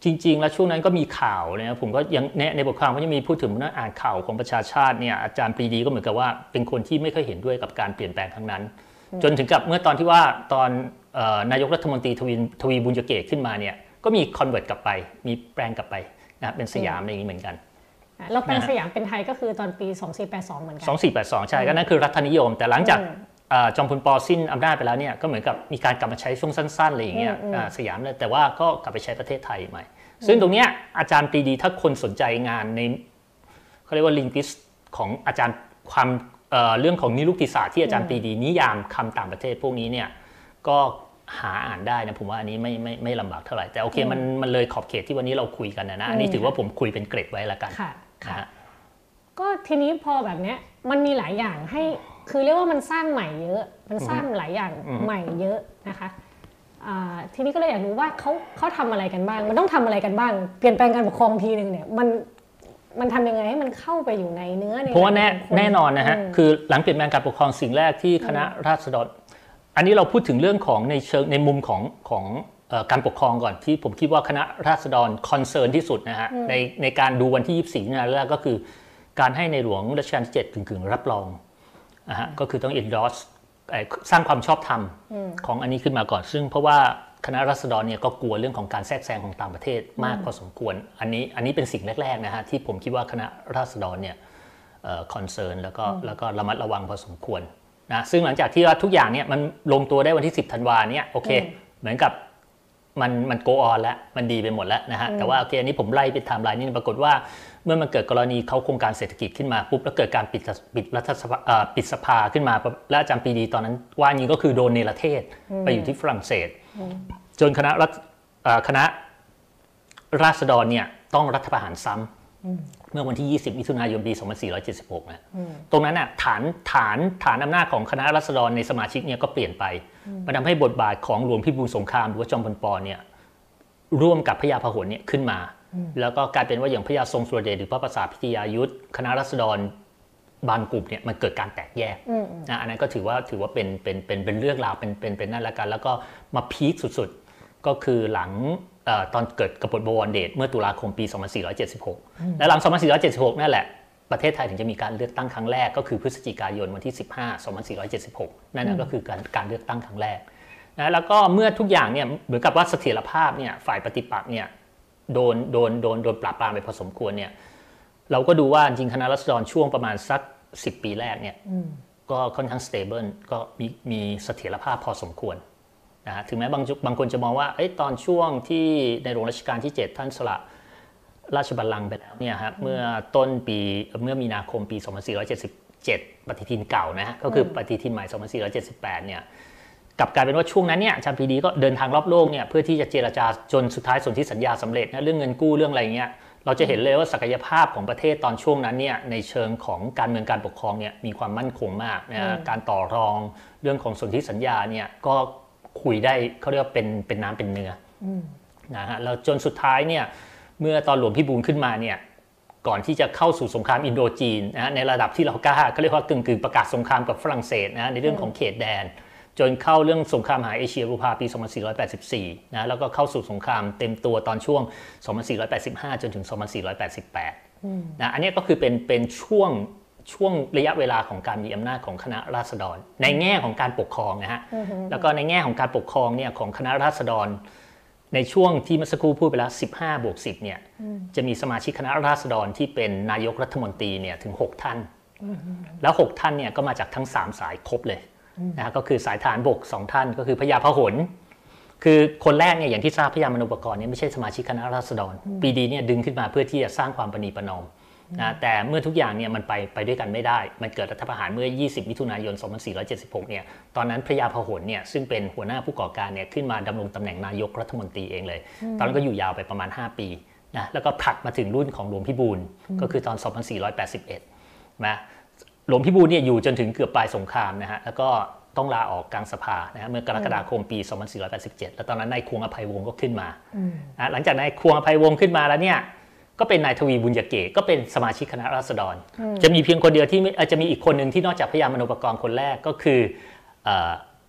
จริงๆแล้วช่วงนั้นก็มีข่าวนะผมก็ยังในบทความก็จะมีพูดถึงนักอ่านข่าวของประชาชาติเนี่ยอาจารย์ปรีดีก็เหมือนกับว่าเป็นคนที่ไม่ค่อยเห็นด้วยกับการเปลี่ยนแปลงครั้งนั้นจนถึงกับเมื่อตอนที่ว่าตอนนายกรัฐมนตรีทวีทวีบุญเกตขึ้นมาเนี่ยก็มีคอนเวิร์ตกลับไปมีแปลงกลับไปนะเป็นสยามอะไรอย่างนี้เหมือนกันเราแปลงสยามเป็นไทยก็คือตอนปีสองสี่แปดสองเหมือนกันสองสี่แปดสองใช่ก็นั่นคือรัฐนิยมแต่หลังจากจอมพลป.สิ้นอำนาจไปแล้วเนี่ยก็เหมือนกับมีการกลับมาใช้ช่วงสั้นๆอะไรอย่างเงี้ยสยามเลยแต่ว่าก็กลับไปใช้ประเทศไทยใหม่ซึ่งตรงเนี้ยอาจารย์ปรีดีถ้าคนสนใจงานในเขาเรียกว่าลิงกิสของอาจารย์ความเ, เรื่องของนิรุกติศาสตร์ที่อาจารย์ปรีดีนิยามคำต่างประเทศพวกนี้เนี่ยก็หาอ่านได้นะผมว่าอันนี้ไม่ไม่ไม่ลำบากเท่าไหร่แต่โอเคมันมันเลยขอบเขตที่วันนี้เราคุยกันนะนะอันนี้ถือว่าผมคุยเป็นเกร็ดไว้แล้วกันค่ะก็ทีนี้พอแบบเนี้ยมันมีหลายอย่างให้คือเรียกว่ามันสร้างใหม่เยอะมันสร้างหลายอย่างใหม่เยอะนะคะทีนี้ก็เลยอยากรู้ว่าเขาเขาทำอะไรกันบ้างมันต้องทำอะไรกันบ้างเปลี่ยนแปลงการปกครองทีนึงเนี่ยมันมันทำยังไงให้มันเข้าไปอยู่ในเนื้อในเพราะว่าแน่แน่นอนนะฮะคือหลังเปลี่ยนแปลงการปกครองสิ่งแรกที่คณะราษฎรอันนี้เราพูดถึงเรื่องของในเชิงในมุมของของการปกครองก่อนที่ผมคิดว่าคณะราษฎรคอนเซิร์นที่สุดนะฮะในในการดูวันที่ยี่สิบสี่นี่แรกก็คือการให้ในหลวงรัชกาลที่เจ็ดกึ่งๆรับรองนะฮะก็คือต้อง endorse สร้างความชอบธรรมของอันนี้ขึ้นมาก่อนซึ่งเพราะว่าคณะราษฎรเนี่ยก็กลัวเรื่องของการแทรกแซงของต่างประเทศมากพอสมควรอันนี้อันนี้เป็นสิ่งแรกๆนะฮะที่ผมคิดว่าคณะราษฎรเนี่ยคอนเซิร์นแล้วก็แล้วก็ระมัดระวังพอสมควรนะซึ่งหลังจากที่ว่าทุกอย่างเนี่ยมันลงตัวได้วันที่สิบธันวาเนี่ยโอเคเหมือนกับมันมันโกออนแล้วมันดีไปหมดแล้วนะฮะแต่ว่าโอเคอันนี้ผมไล่ไปไทม์ไลน์นี่ปรากฏว่าเมื่อมันเกิดกรณีเขาโครงการเศรษฐกิจขึ้นมาปุ๊บแล้วเกิดการปิดปิดรัฐสภาปิดสภาขึ้นมาและอาจารย์ปรีดีตอนนั้นว่านี้ก็คือโดนเนรเทศไปอยู่ที่ฝรั่งเศสจนคณะรัฐคณะราษฎรเนี่ยต้องรัฐประหารซ้ำเมื่อวันที่ยี่สิบมิถุนายนปีสองพันสี่ร้อยเจ็ดสิบหกนะตรงนั้นน่ะฐานฐานฐานอำนาจของคณะราษฎรในสมาชิกเนี่ยก็เปลี่ยนไปมันทำให้บทบาทของหลวงพิบูลสงครามหรือว่าจอมพลป.เนี่ยร่วมกับพระยาพหลเนี่ยขึ้นมาแล้วก็กลายเป็นว่าอย่างพระยาทรงสุรเดชหรือพระประสาทพิทยายุทธคณะราษฎรบางกลุ่มเนี่ยมันเกิดการแตกแยกนะอันนั้นก็ถือว่าถือว่าเป็นเป็นเป็นเป็นเรื่องราวเป็นเป็นเป็นนั่นละกันแล้วก็มาพีคสุดๆก็คือหลังตอนเกิดกบฏบวรเดชเมื่อตุลาคมปีสองพันสี่ร้อยเจ็ดสิบหกและหลังสองพันสี่ร้อยเจ็ดสิบหกนั่นแหละประเทศไทยถึงจะมีการเลือกตั้งครั้งแรกก็คือพฤศจิกายนวันที่สิบห้า สองพันสี่ร้อยเจ็ดสิบหกนั่นก็คือการการเลือกตั้งครั้งแรกนะแล้วก็เมื่อทุกอย่างเนี่ยเหมือนกับว่าเสถียรภาพเนี่ยฝ่ายปฏิปักษ์เนี่ยโดนโดนโดนโดนปราบปรามไปพอสมควรเนี่ยเราก็ดูว่าจริงคณะราษฎรช่วงประมาณสักสิบปีแรกเนี่ยก็ค่อนข้างสเตเบิลก็มีมีเสถียรภาพพอสมควรนะถึงแม้บางบางคนจะมองว่าเอ้ยตอนช่วงที่ในหลวงรัชกาลที่เจ็ดท่านสละราชบัลลังก์ไปแล้วเนี่ยครับเมื่อต้นปีเมื่อมีนาคมปีสองพันสี่ร้อยเจ็ดสิบเจ็ดปฏิทินเก่านะฮะก็คือปฏิทินใหม่สองพันสี่ร้อยเจ็ดสิบแปดเนี่ยกลับกลายเป็นว่าช่วงนั้นเนี่ยอาจารย์ปรีดีก็เดินทางรอบโลกเนี่ยเพื่อที่จะเจรจาจนสุดท้ายสนธิสัญญาสำเร็จนะเรื่องเงินกู้เรื่องอะไรเงี้ยเราจะเห็นเลยว่าศักยภาพของประเทศตอนช่วงนั้นเนี่ยในเชิงของการเมืองการปกครองเนี่ยมีความมั่นคงมากนะการต่อรองเรื่องของสนธิสัญญาเนี่ยก็คุยได้เขาเรียกว่าเป็นเป็นน้ำเป็นเนื้อนะฮะแล้วจนสุดท้ายเนี่ยเมื่อตอนหลวงพิบูลขึ้นมาเนี่ยก่อนที่จะเข้าสู่สงครามอินโดจีนนะในระดับที่เรากล้าเขาเรียกว่ากึ่งกึ่งประกาศสงครามกับฝรั่งเศสนะในเรื่องของเขตแดนจนเข้าเรื่องสงครามมหาเอเชียรูพาปีสองพันสี่ร้อยแปดสิบสี่นะแล้วก็เข้าสู่สงครามเต็มตัวตอนช่วงสองพันสี่ร้อยแปดสิบห้าจนถึงสองพันสี่ร้อยแปดสิบแปดนะอันนี้ก็คือเป็นเป็นช่วงช่วงระยะเวลาของการมีอำนาจของคณะราษฎรในแง่ของการปกครองนะฮะแล้วก็ในแง่ของการปกครองเนี่ยของคณะราษฎรในช่วงที่เมื่อสักครู่พูดไปแล้วสิบห้าบวกสิบเนี่ยจะมีสมาชิกคณะราษฎรที่เป็นนายกรัฐมนตรีเนี่ยถึงหกท่านแล้วหกท่านเนี่ยก็มาจากทั้งสามสายครบเลยนะก็คือสายทหารบกสองท่านก็คือพญาพหลคือคนแรกเนี่ยอย่างที่ทราบพญามนูปกรณ์เนี่ยไม่ใช่สมาชิกคณะราษฎรปรีดีเนี่ยดึงขึ้นมาเพื่อที่จะสร้างความประนีประนอมนะแต่เมื่อทุกอย่างเนี่ยมันไปไปด้วยกันไม่ได้มันเกิดรัฐประหารเมื่อยี่สิบมิถุนายนสองพันสี่ร้อยเจ็ดสิบหกเนี่ยตอนนั้นพญาพหลเนี่ยซึ่งเป็นหัวหน้าผู้ก่อการเนี่ยขึ้นมาดำรงตำแหน่งนายกรัฐมนตรีเองเลยตอนนั้นก็อยู่ยาวไปประมาณห้าปีนะแล้วก็ผลัดมาถึงรุ่นของหลวงพิบูลก็คือตอนสองพันสี่ร้อยแปดสิบเอ็ดนะหลวงพิบูลเนี่ยอยู่จนถึงเกือบปลายสงครามนะฮะแล้วก็ต้องลาออกกลางสภานะฮะเมื่อกรกฎาคมปีสองพันสี่ร้อยแปดสิบเจ็ดแล้วตอนนั้นนายควงอภัยวงศ์ก็ขึ้นมานะหลังจากนายควงอภัยวงศ์ขึ้นมาแล้วเนี่ยก็เป็นนายทวีบุญเกตก็เป็นสมาชิกคณะราษฎรจะมีเพียงคนเดียวที่อาจจะมีอีกคนหนึ่งที่นอกจากพญามนูปกรณ์คนแรกก็คือ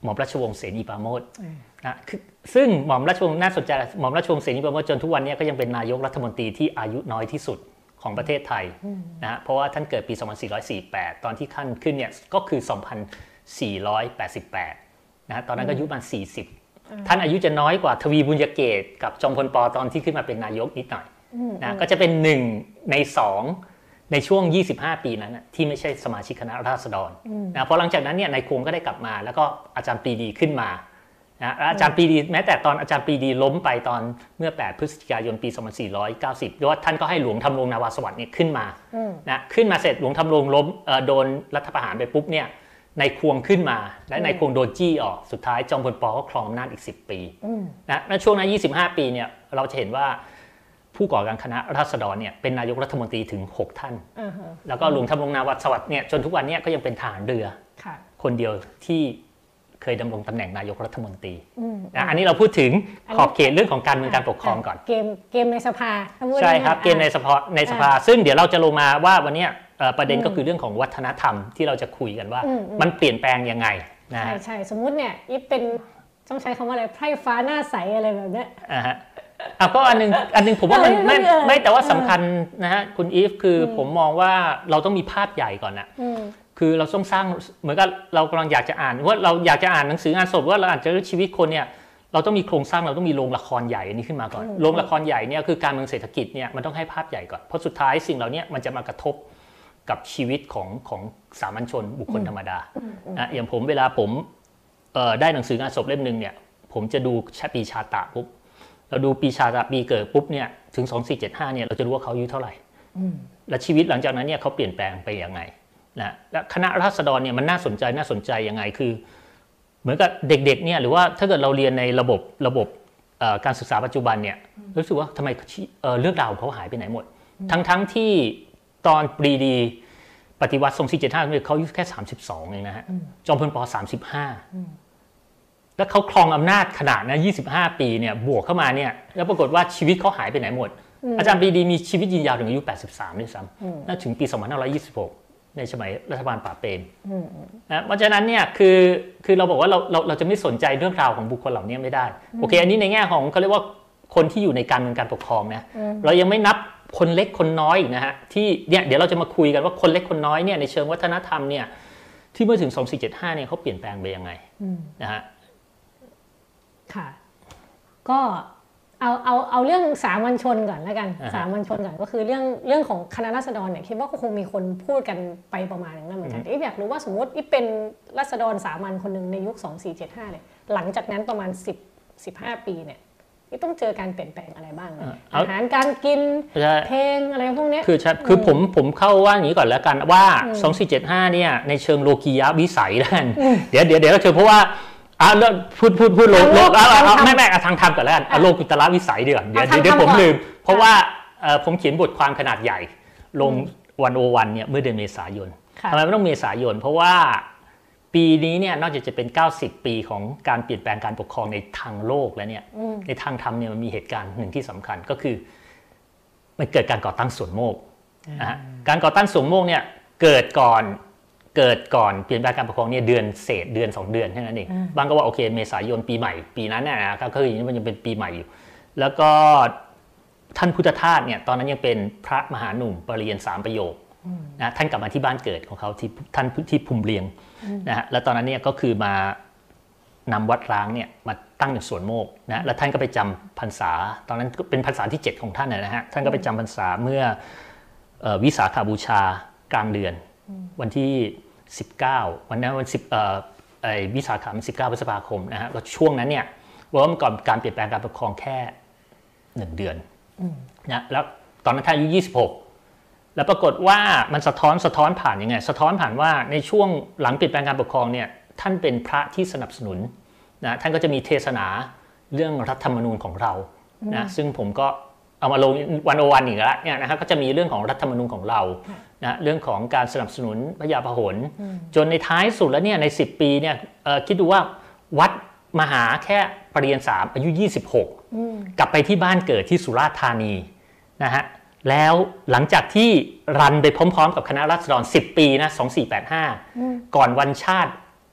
หม่อมราชวงศ์เสนีปราโมชนะซึ่งหม่อมราชวงศ์น่าสนใจหม่อมราชวงศ์เสนีปราโมชจนทุกวันนี้ก็ยังเป็นนายกรัฐมนตรีที่อายุน้อยที่สุดของประเทศไทยนะเพราะว่าท่านเกิดปีสองพันสี่ร้อยสี่สิบแปดตอนที่ท่านขึ้นเนี่ยก็คือสองพันสี่ร้อยแปดสิบแปดนะตอนนั้นก็อายุประมาณสี่สิบท่านอายุจะน้อยกว่าทวีบุญเกตกับจอมพลป.ตอนที่ขึ้นมาเป็นนายกนิดหน่อยนะก็จะเป็นหนึ่งในสองในช่วงยี่สิบห้าปีนั้นที่ไม่ใช่สมาชิกคณะราษฎรนะเพราะหลังจากนั้นเนี่ยนายควงก็ได้กลับมาแล้วก็อาจารย์ปรีดีขึ้นมานะอาจารย์ปรีดีแม้แต่ตอนอาจารย์ปรีดีล้มไปตอนเมื่อแปดพฤศจิกายนปีสองพันสี่ร้อยเก้าสิบว่าท่านก็ให้หลวงธำรงนาวาสวัสดิ์เนี่ยขึ้นมานะขึ้นมาเสร็จหลวงธำรงล้มโดนรัฐประหารไปปุ๊บเนี่ยนายควงขึ้นมาและนายควงโดนจี้ออกสุดท้ายจอมพลป.ก็ครองอำนาจอีกสิบปีนะในช่วงนั้นยี่สิบห้าปีเนี่ยเราจะเห็นว่าผู้ก่อการคณะราษฎรเนี่ยเป็นนายกรัฐมนตรีถึงหกท่าน uh-huh. แล้วก็หลวงธำรงนาวาสวัสดิ์เนี่ยจนทุกวันนี้ก็ยังเป็นทหารเรือ uh-huh. คนเดียวที่เคยดำรงตำแหน่งนายกรัฐมนตรี uh-huh. นะอันนี้เราพูดถึงขอบเขตเรื่องของการเมืองการปกครองก่อนเกมเกมในสภาใช่ครับเกมในสภาในสภาซึ่งเดี๋ยวเราจะลงมาว่าวันนี้ประเด็นก็คือเรื่องของวัฒนธรรมที่เราจะคุยกันว่ามันเปลี่ยนแปลงยังไงนะใช่ใช่สมมุติเนี่ยอีฟเป็นต้องใช้คำว่าอะไรไพร่ฟ้าหน้าใสอะไรแบบนี้อ่าฮะอ่ะก็อันนึงอันนึงผมว่ามันไม่ไม่แต่ว่าสำคัญนะฮะคุณอีฟคือผมมองว่าเราต้องมีภาพใหญ่ก่อนนะคือเราต้องสร้างเหมือนกับเรากำลังอยากจะอ่านว่าเราอยากจะอ่านหนังสืองานศพว่าเราอ่านจะเรื่องชีวิตคนเนี่ยเราต้องมีโครงสร้างเราต้องมีโรงละครใหญ่อันนี้ขึ้นมาก่อนโรงละครใหญ่เนี่ยคือการเมืองเศรษฐกิจเนี่ยมันต้องให้ภาพใหญ่ก่อนเพราะสุดท้ายสิ่งเหล่านี้มันจะมากระทบกับชีวิตของของสามัญชนบุคคลธรรมดานะอย่างผมเวลาผมได้หนังสืองานศพเล่มนึงเนี่ยผมจะดูชาปีชาตะปุ๊บเราดูปีชาตะปีเกิดปุ๊บเนี่ยถึงสองสี่เจ็ดห้าเนี่ยเราจะรู้ว่าเขาอายุเท่าไหร่และชีวิตหลังจากนั้นเนี่ยเขาเปลี่ยนแปลงไปยังไงนะและคณะราษฎรเนี่ยมันน่าสนใจน่าสนใจยังไงคือเหมือนกับเด็กๆเนี่ยหรือว่าถ้าเกิดเราเรียนในระบบระบบการศึกษาปัจจุบันเนี่ยรู้สึกว่าทำไมเรื่องราวของเขาหายไปไหนหมดทั้งๆที่ตอนปรีดีปฏิวัติสองสี่เจ็ดห้าเขาอายุแค่สามสิบสองเองนะฮะจอมพลป.สามสิบห้าแล้วเขาครองอำนาจขนาดนะยี่สิบห้าปีเนี่ยบวกเข้ามาเนี่ยแล้วปรากฏว่าชีวิตเขาหายไปไหนหมดอาจารย์ปรีดีมีชีวิตยืนยาวถึงอายุแปดสิบสามด้วยซ้ำน่าถึงปีสองพันห้าร้อยยี่สิบหกในสมัยรัฐบาลป่าเปรมนะเพราะฉะนั้นเนี่ยคือคือเราบอกว่าเราเราเราจะไม่สนใจเรื่องราวของบุคคลเหล่านี้ไม่ได้โอเคอันนี้ในแง่ของเขาเรียกว่าคนที่อยู่ในการเมืองการปกครองนะเรายังไม่นับคนเล็กคนน้อยอีกนะฮะที่เนี่ยเดี๋ยวเราจะมาคุยกันว่าคนเล็กคนน้อยเนี่ยในเชิงวัฒนธรรมเนี่ยที่เมื่อถึงสองสี่เจ็ดห้าเนี่ยเขาเปลี่ยนแปลงไปยังไงนะฮะค่ะก็เอาเอาเอาเรื่องสามัญชนก่อนแล้วกันสามัญชนก่อนก็คือเรื่องเรื่องของคณะราษฎรเนี่ยคิดว่าก็คงมีคนพูดกันไปประมาณนึงแล้วเหมือนกันอีฟอยากรู้ว่าสมมติอีฟเป็นราษฎรสามัญคนหนึ่งในยุคสองสี่เจ็ดห้าเนี่ยหลังจากนั้นประมาณสิบ สิบห้าปีเนี่ยอีฟต้องเจอการเปลี่ยนแปลงอะไรบ้างอาหารการกินเพลงอะไรพวกนี้คือคือผมผมเข้าว่าอย่างนี้ก่อนแล้วกันว่าสองสี่เจ็ดห้าเนี่ยในเชิงโลกียะวิสัยแล้วกันเดี๋ยวเดี๋ยวเดี๋ยวเราเชิญเพราะว่าอ่ะเรื่องพูดพูดพูดโลกโลกแล้วไม่ไม่ทางธรรมก่อนแล้วกันโลกุตระวิสัยดีกว่าเดี๋ยวเดี๋ยวผมลืมเพราะว่าผมเขียนบทความขนาดใหญ่ลงวันโอวันเนี่ยเมื่อเดือนเมษายนทำไมไม่ต้องเมษายนเพราะว่าปีนี้เนี่ยนอกจากจะเป็นเก้าสิบปีของการเปลี่ยนแปลงการปกครองในทางโลกแล้วเนี่ยในทางธรรมเนี่ยมันมีเหตุการณ์หนึ่งที่สำคัญก็คือมันเกิดการก่อตั้งสวนโมกนะการก่อตั้งสวนโมกเนี่ยเกิดก่อนเกิดก่อนเปลี่ยนแปลงการปกครองเนี่ยเดือนเศษเดือนสองเดือนแค่นั้นเองบางก็ว่าโอเคเมษายนปีใหม่ปีนั้นเนี่ยนะก็คือมันยังเป็นปีใหม่อยู่แล้วก็ท่านพุทธทาสเนี่ยตอนนั้นยังเป็นพระมหาหนุ่มปริญญาสามประโยคนะท่านกลับมาที่บ้านเกิดของเขาที่ท่านที่ภูมิเรียงนะฮะแล้วตอนนั้นเนี่ยก็คือมานำวัดร้างเนี่ยมาตั้งเป็นสวนโมกนะแล้วท่านก็ไปจำพรรษาตอนนั้นก็เป็นพรรษาที่เจ็ดของท่านนะฮะท่านก็ไปจำพรรษาเมื่อวิสาขบูชากลางเดือนวันที่สิบเก้าวันนั้นวันสิบเอ่อไอ้วิสาขะสิบเก้าพฤษภาคมนะฮะก็ช่วงนั้นเนี่ยว่ามันก่อนการเปลี่ยนแปลงการปกครองแค่หนึ่งเดือนนะแล้วตอนนั้นท่านอายุยี่สิบหกแล้วปรากฏว่ามันสะท้อนสะท้อนผ่านยังไงสะท้อนผ่านว่าในช่วงหลังเปลี่ยนแปลงการปกครองเนี่ยท่านเป็นพระที่สนับสนุนนะท่านก็จะมีเทศนาเรื่องรัฐธรรมนูญของเรานะซึ่งผมก็เอามาลงวันโอวันอีกแล้วเนี่ยนะครับก็จะมีเรื่องของรัฐธรรมนูญของเรานะเรื่องของการสนับสนุนพระยาพหลจนในท้ายสุดแล้วเนี่ยในสิบปีเนี่ยคิดดูว่าวัดมหาแค่ปริญญาสามอายุยี่สิบหกกลับไปที่บ้านเกิดที่สุราษฎร์ธานีนะฮะแล้วหลังจากที่รันไปพร้อมๆกับคณะราษฎรสิบปีนะสองสี่แปดห้าก่อนวันชาติ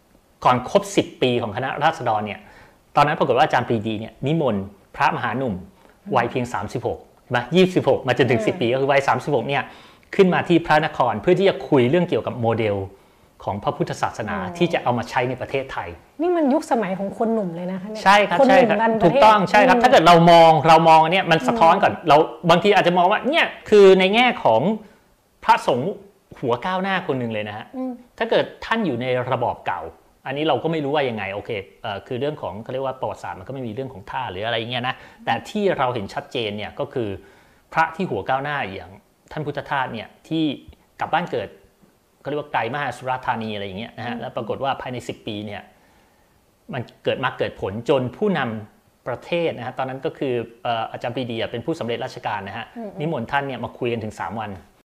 ก่อนครบสิบปีของคณะราษฎรเนี่ยตอนนั้นปรากฏว่าอาจารย์ปรีดีเนี่ยนิมนต์พระมหาหนุ่มวัยเพียงสามสิบหกมายี่สิบหกมาจนถึงสิบปีก็คือวัยสามสิบหกเนี่ยขึ้นมาที่พระนครเพื่อที่จะคุยเรื่องเกี่ยวกับโมเดลของพระพุทธศาสนาที่จะเอามาใช้ในประเทศไทยนี่มันยุคสมัยของคนหนุ่มเลยนะคะเนี่ยใช่ครับคนหนุ่มใช่ครับดันปถูระกเทศต้องใช่ครับถ้าเกิดเรามองเรามองอันเนี้ยมันสะท้อนก่อนเราบางทีอาจจะมองว่าเนี่ยคือในแง่ของพระสงฆ์หัวก้าวหน้าคนหนึ่งเลยนะฮะถ้าเกิดท่านอยู่ในระบอบเก่าอันนี้เราก็ไม่รู้ว่ายังไงโอเคเอ่อคือเรื่องของเขาเรียกว่าประวัติศาสตร์มันก็ไม่มีเรื่องของท่าหรืออะไรอย่างเงี้ยนะแต่ที่เราเห็นชัดเจนเนี่ยก็คือพระที่หัวก้าวหน้าอย่างท่านพุทธทาสเนี่ยที่กลับบ้านเกิดเขาเรียกว่าไกลมหาสุราษฎร์ธานีอะไรอย่างเงี้ยนะฮะแล้วปรากฏว่าภายในสิบปีเนี่ยมันเกิดมาเกิดผลจนผู้นำประเทศนะฮะตอนนั้นก็คืออาจารย์ปรีดีเป็นผู้สำเร็จราชการนะฮะนิมนต์ท่านเนี่ยมาคุยกันถึงสามวัน